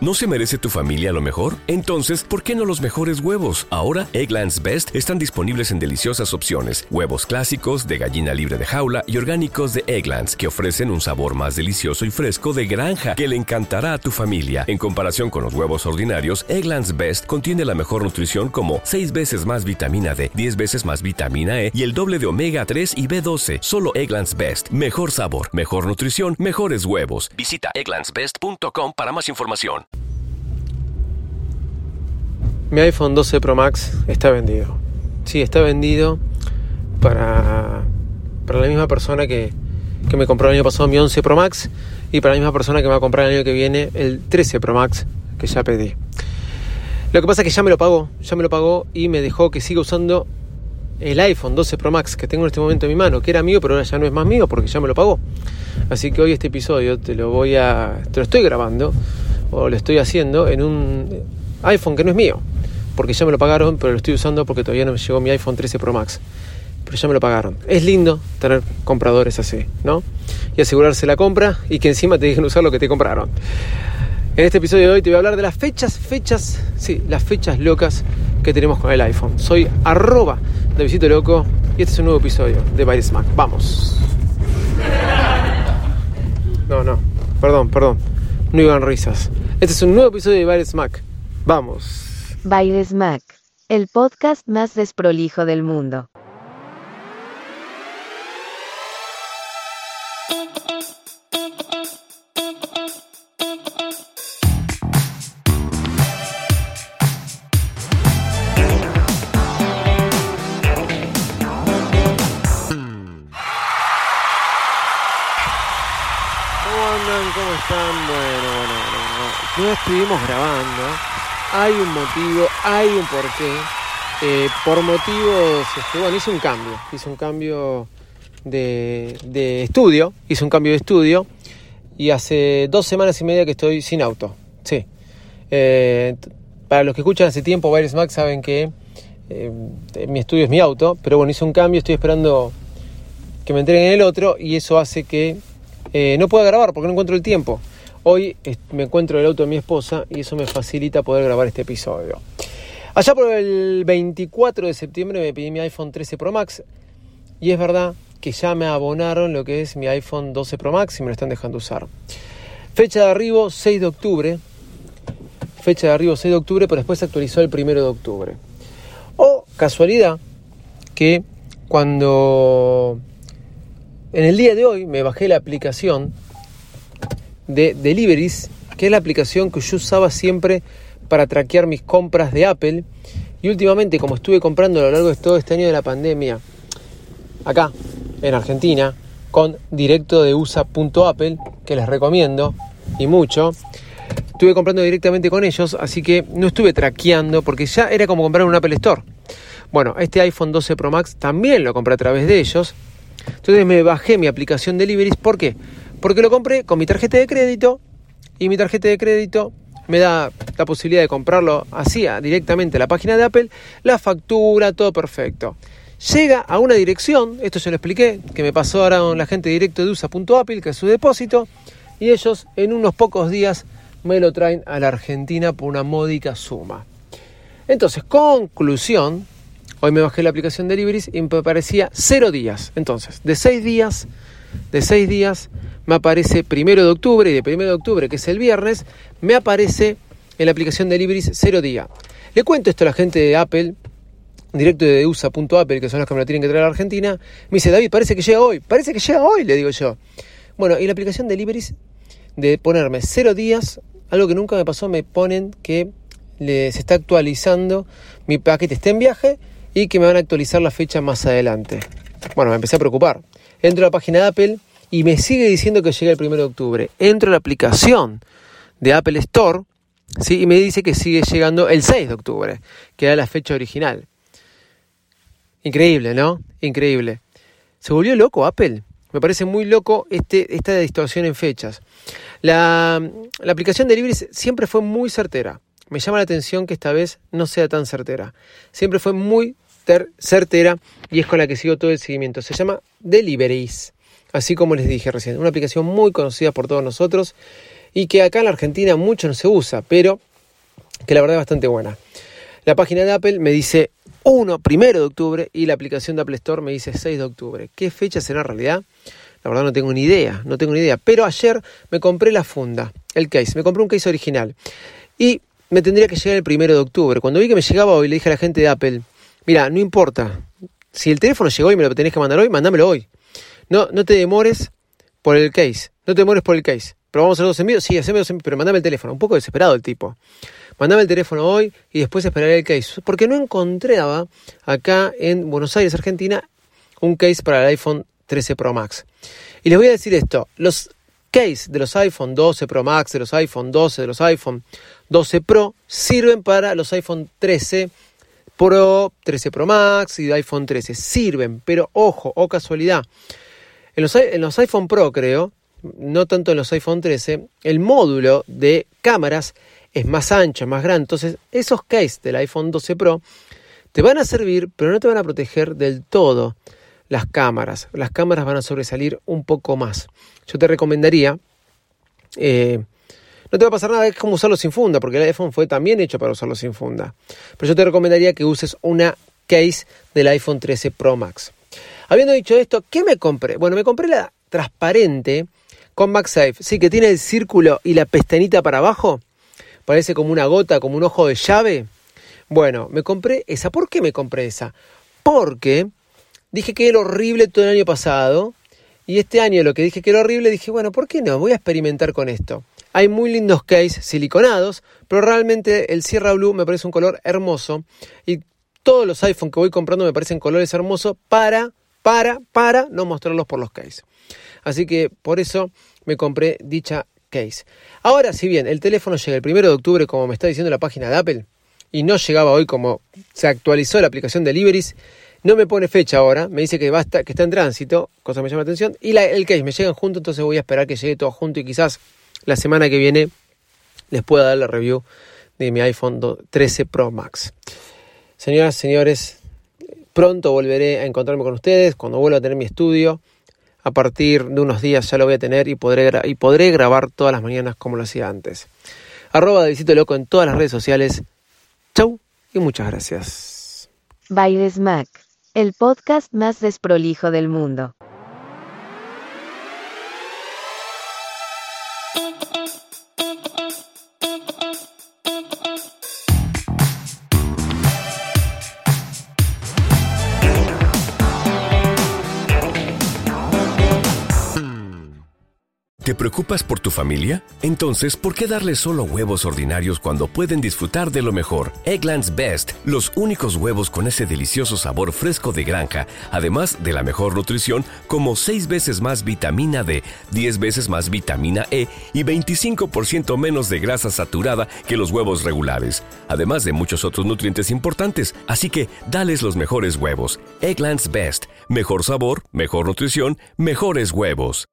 ¿No se merece tu familia lo mejor? Entonces, ¿por qué no los mejores huevos? Ahora, Eggland's Best están disponibles en deliciosas opciones. Huevos clásicos, de gallina libre de jaula y orgánicos de Eggland's, que ofrecen un sabor más delicioso y fresco de granja que le encantará a tu familia. En comparación con los huevos ordinarios, Eggland's Best contiene la mejor nutrición como 6 veces más vitamina D, 10 veces más vitamina E y el doble de omega 3 y B12. Solo Eggland's Best. Mejor sabor, mejor nutrición, mejores huevos. Visita egglandsbest.com para más información. Mi iPhone 12 Pro Max está vendido. Sí, está vendido para la misma persona que me compró el año pasado mi 11 Pro Max y para la misma persona que me va a comprar el año que viene el 13 Pro Max que ya pedí. Lo que pasa es que ya me lo pagó y me dejó que siga usando el iPhone 12 Pro Max que tengo en este momento en mi mano, que era mío pero ahora ya no es más mío porque ya me lo pagó. Así que hoy este episodio te lo estoy grabando o lo estoy haciendo en un iPhone que no es mío, porque ya me lo pagaron, pero lo estoy usando porque todavía no me llegó mi iPhone 13 Pro Max, pero ya me lo pagaron. Es lindo tener compradores así, ¿no? Y asegurarse la compra y que encima te dejen usar lo que te compraron. En este episodio de hoy te voy a hablar de las fechas locas que tenemos con el iPhone. Soy @DaviditoLoco y este es un nuevo episodio de Bytes Mac. ¡Vamos! No, perdón, no iban risas. Este es un nuevo episodio de Bytes Mac. ¡Vamos! Bytes Mac, el podcast más desprolijo del mundo. ¿Cómo están? Bueno. No estuvimos grabando. Hay un motivo, hay un porqué. Por motivos, hice un cambio de estudio. Y hace 2 semanas y media que estoy sin auto. Sí. Para los que escuchan hace tiempo, Bytes Mac saben que mi estudio es mi auto. Pero bueno, hice un cambio, estoy esperando que me entreguen el otro. Y eso hace que no pueda grabar porque no encuentro el tiempo. Hoy me encuentro en el auto de mi esposa y eso me facilita poder grabar este episodio. Allá por el 24 de septiembre me pedí mi iPhone 13 Pro Max y es verdad que ya me abonaron lo que es mi iPhone 12 Pro Max y me lo están dejando usar. Fecha de arribo 6 de octubre, pero después se actualizó el 1 de octubre. O casualidad que cuando en el día de hoy me bajé la aplicación de Deliveries, que es la aplicación que yo usaba siempre para traquear mis compras de Apple, y últimamente como estuve comprando a lo largo de todo este año de la pandemia acá en Argentina con directo de USA.apple, que les recomiendo y mucho, estuve comprando directamente con ellos, así que no estuve traqueando porque ya era como comprar un Apple Store. Bueno, este iPhone 12 Pro Max también lo compré a través de ellos. Entonces me bajé mi aplicación Deliveries. ¿Por qué? Porque lo compré con mi tarjeta de crédito y mi tarjeta de crédito me da la posibilidad de comprarlo así directamente a la página de Apple, la factura, todo perfecto. Llega a una dirección, esto ya lo expliqué, que me pasó ahora con la gente directo de USA.apple, que es su depósito, y ellos en unos pocos días me lo traen a la Argentina por una módica suma. Entonces, conclusión, hoy me bajé la aplicación Deliveries y me parecía 0 días. Entonces, de 6 días me aparece 1 de octubre, y de 1 de octubre, que es el viernes, me aparece en la aplicación Deliveries 0 día. Le cuento esto a la gente de Apple, directo de USA.apple, que son los que me lo tienen que traer a la Argentina. Me dice, David, parece que llega hoy, le digo yo. Bueno, y la aplicación Deliveries, de ponerme 0 días, algo que nunca me pasó, me ponen que se está actualizando, mi paquete está en viaje y que me van a actualizar la fecha más adelante. Bueno, me empecé a preocupar. Entro a la página de Apple y me sigue diciendo que llega el 1 de octubre. Entro a la aplicación de Apple Store, ¿sí? Y me dice que sigue llegando el 6 de octubre, que era la fecha original. Increíble, ¿no? Increíble. ¿Se volvió loco Apple? Me parece muy loco esta distorsión en fechas. La aplicación de Deliveries siempre fue muy certera. Me llama la atención que esta vez no sea tan certera. Siempre fue muy certera y es con la que sigo todo el seguimiento. Se llama Deliveries, así como les dije recién. Una aplicación muy conocida por todos nosotros y que acá en la Argentina mucho no se usa, pero que la verdad es bastante buena. La página de Apple me dice 1 de octubre y la aplicación de Apple Store me dice 6 de octubre. ¿Qué fecha será en realidad? La verdad no tengo ni idea. Pero ayer me compré la funda, el case. Me compré un case original y me tendría que llegar el 1 de octubre. Cuando vi que me llegaba hoy, le dije a la gente de Apple, mira, no importa. Si el teléfono llegó y me lo tenés que mandar hoy, mándamelo hoy. No te demores por el case. Pero vamos a hacer 2 envíos. Sí, haceme 2 envíos, pero mandame el teléfono. Un poco desesperado el tipo. Mandame el teléfono hoy y después esperaré el case. Porque no encontraba acá en Buenos Aires, Argentina, un case para el iPhone 13 Pro Max. Y les voy a decir esto. Los case de los iPhone 12 Pro Max, de los iPhone 12, de los iPhone 12 Pro, sirven para los iPhone 13 Pro, 13 Pro Max y de iPhone 13. Sirven, pero ojo, o casualidad. En los iPhone Pro, creo, no tanto en los iPhone 13, el módulo de cámaras es más ancho, más grande. Entonces, esos case del iPhone 12 Pro te van a servir, pero no te van a proteger del todo las cámaras. Las cámaras van a sobresalir un poco más. Yo te recomendaría, no te va a pasar nada, es como usarlo sin funda, porque el iPhone fue también hecho para usarlo sin funda. Pero yo te recomendaría que uses una case del iPhone 13 Pro Max. Habiendo dicho esto, ¿qué me compré? Bueno, me compré la transparente con MagSafe. Sí, que tiene el círculo y la pestañita para abajo. Parece como una gota, como un ojo de llave. Bueno, me compré esa. ¿Por qué me compré esa? Porque dije que era horrible todo el año pasado. Y este año lo que dije que era horrible, dije, bueno, ¿por qué no? Voy a experimentar con esto. Hay muy lindos case siliconados, pero realmente el Sierra Blue me parece un color hermoso. Y todos los iPhone que voy comprando me parecen colores hermosos para no mostrarlos por los case. Así que por eso me compré dicha case. Ahora, si bien el teléfono llega el 1 de octubre, como me está diciendo la página de Apple, y no llegaba hoy como se actualizó la aplicación Deliveries, no me pone fecha ahora, me dice que está en tránsito, cosa que me llama la atención, y el case me llegan juntos, entonces voy a esperar que llegue todo junto y quizás la semana que viene les pueda dar la review de mi iPhone 13 Pro Max. Señoras, señores, pronto volveré a encontrarme con ustedes, cuando vuelva a tener mi estudio. A partir de unos días ya lo voy a tener y podré grabar todas las mañanas como lo hacía antes. @DaviditoLoco en todas las redes sociales. Chau y muchas gracias. By the Smack, el podcast más desprolijo del mundo. ¿Te preocupas por tu familia? Entonces, ¿por qué darles solo huevos ordinarios cuando pueden disfrutar de lo mejor? Eggland's Best, los únicos huevos con ese delicioso sabor fresco de granja, además de la mejor nutrición, como 6 veces más vitamina D, 10 veces más vitamina E y 25% menos de grasa saturada que los huevos regulares, además de muchos otros nutrientes importantes. Así que, dales los mejores huevos. Eggland's Best, mejor sabor, mejor nutrición, mejores huevos.